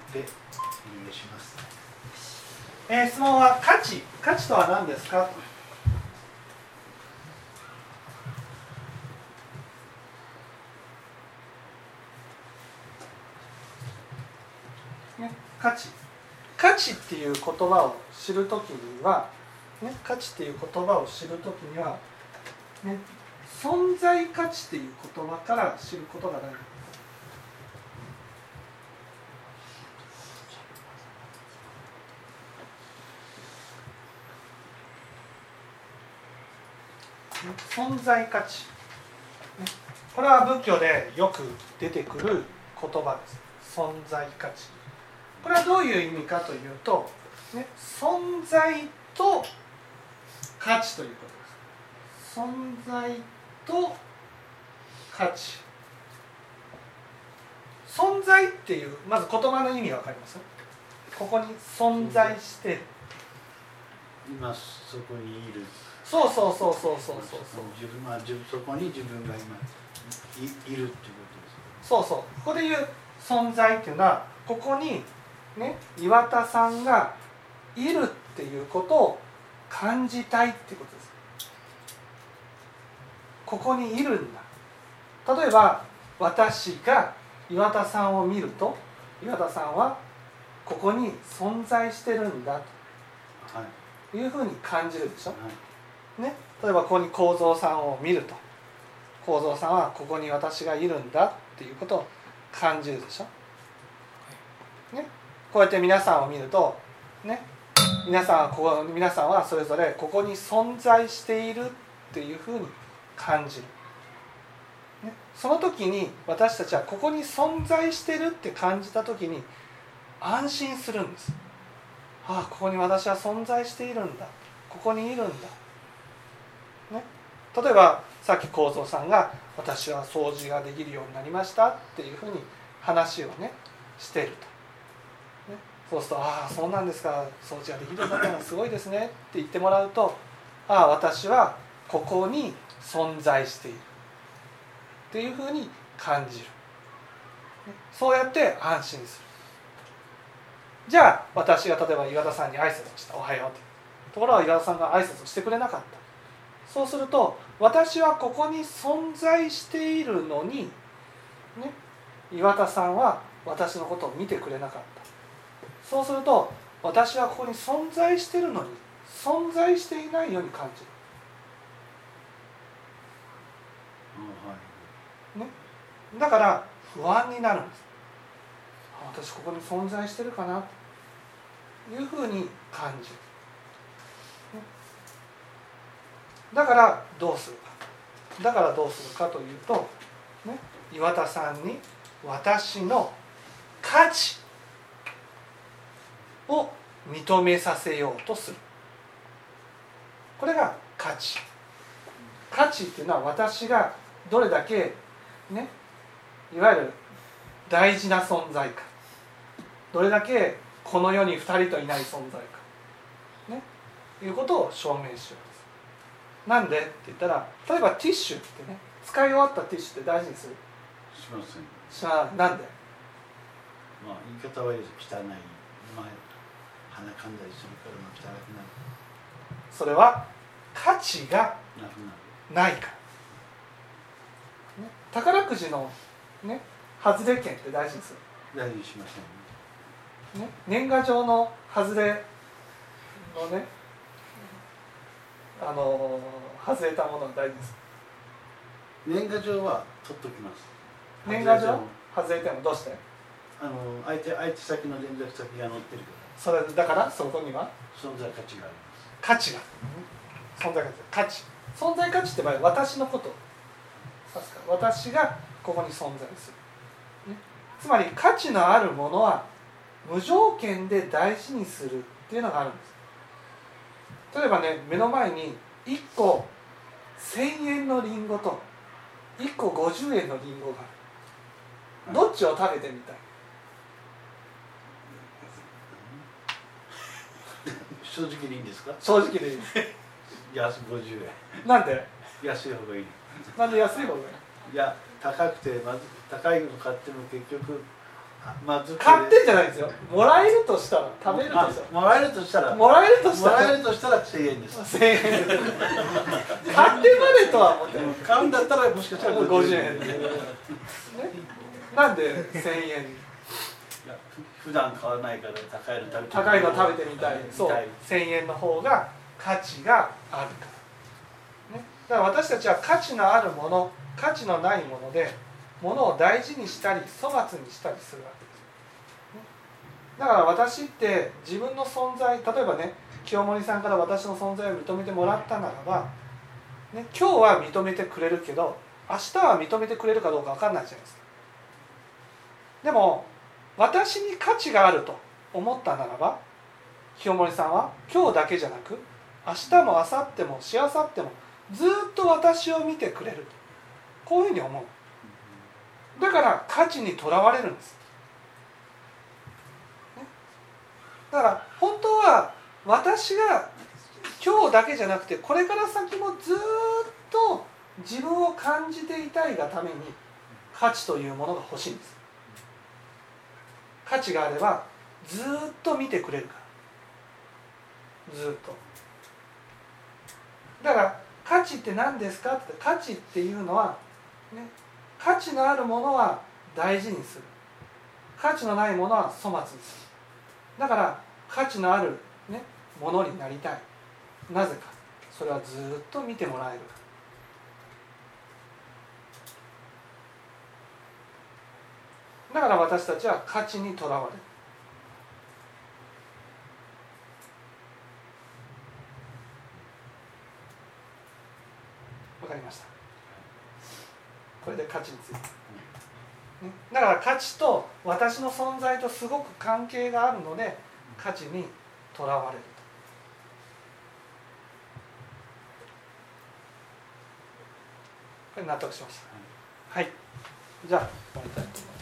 でお願いします。 質問は価値とは何ですかと、ね、価値っていう言葉を知るときには、ね、価値っていう言葉を知るときには、ね、存在価値っていう言葉から知ることが大事。存在価値、これは仏教でよく出てくる言葉です。存在価値、これはどういう意味かというと、ね、存在と価値ということです。存在と価値、存在っていうまず言葉の意味わかります？ここに存在してる、 今そこにいる。 そう自分そこに自分が今 いるっていうことです。 そうここで言う存在っていうのは、ここにね、岩田さんがいるっていうことを感じたいっていうことです。ここにいるんだ。例えば私が岩田さんを見ると、岩田さんはここに存在してるんだというふうに感じるでしょ、ね、例えばここに幸三さんを見ると、幸三さんはここに私がいるんだっていうことを感じるでしょ、ね、こうやって皆さんを見ると、ね、皆さんはそれぞれここに存在しているっていうふうに感じる、ね、その時に私たちはここに存在してるって感じた時に安心するんです。ああ、ここに私は存在しているんだ、ここにいるんだ、ね、例えばさっき幸三さんが私は掃除ができるようになりましたっていうふうに話をねしていると、ね、そうするとああそうなんですか、掃除ができるようになったのはすごいですねって言ってもらうと、ああ私はここに存在しているっていうふうに感じる、そうやって安心する。じゃあ私が例えば岩田さんに挨拶をした、おはようって、ところが岩田さんが挨拶をしてくれなかった。そうすると私はここに存在しているのに、ね、岩田さんは私のことを見てくれなかった。そうすると私はここに存在しているのに存在していないように感じる、ね、だから不安になるんです。私ここに存在してるかなというふうに感じる。だからどうするかというと、ね、岩田さんに私の価値を認めさせようとする。これが価値。価値っていうのは私がどれだけね、いわゆる大事な存在か、どれだけこの世に2人といない存在か、ね、いうことを証明しようです。なんでって言ったら、例えばティッシュってね、使い終わったティッシュって大事にする？ しません。 なんで？ まあ言い方は汚い、鼻かんだりするから汚くなる。 それは価値がないから、ね、宝くじの、ね、外れ券って大事にする？ 大事にしません、 ね、年賀状の外れのね、外れたものを大事にする。年賀状は取っときます。 年賀状外れてもどうして？ 相手先の連絡先が載ってるから。 それだからそこには存在価値があります。 価値が、存在価値って場合は私のことを指すから、私がここに存在する、ね、つまり価値のあるものは無条件で大事にするっていうのがあるんです。例えばね、目の前に1個1000円のリンゴと1個50円のリンゴがある。どっちを食べてみたい？ 正直でいいんですか？ 正直でいい。 50円。 なんで？ 安い方がいい。 なんで安い方がいい？ いや、高くて高いの買っても結局まず買ってんじゃないですよ。もらえるとしたら、食べるとしたら、 もらえるとしたらもらえるとしたら 1000円です 1000円買ってまでとは思ってない。 買うんだったらもしかしたら 50円で、ね、なんで1000円。 いや普段買わないから高いの食べてみたい。そう、1000円の方が価値があるから、ね、だから私たちは価値のあるもの、価値のないもので物を大事にしたり粗末にしたりするわけです。だから私って自分の存在、例えばね、清盛さんから私の存在を認めてもらったならば、ね、今日は認めてくれるけど明日は認めてくれるかどうか分かんないじゃないですか。でも私に価値があると思ったならば、清盛さんは今日だけじゃなく明日も明後日もしあさってもずっと私を見てくれると、こういうふうに思う。だから価値にとらわれるんです。だから本当は私が今日だけじゃなくてこれから先もずっと自分を感じていたいがために価値というものが欲しいんです。価値があればずっと見てくれるから、ずっと。だから価値って何ですかって、価値っていうのは、ね、価値のあるものは大事にする、価値のないものは粗末にする。だから価値のある、ね、ものになりたい。なぜか、それはずっと見てもらえるから。だから私たちは価値にとらわれる。わかりました。これで価値について。だから価値と私の存在とすごく関係があるので価値にとらわれると。これ納得しました。はい。じゃあ終わりたいと思います。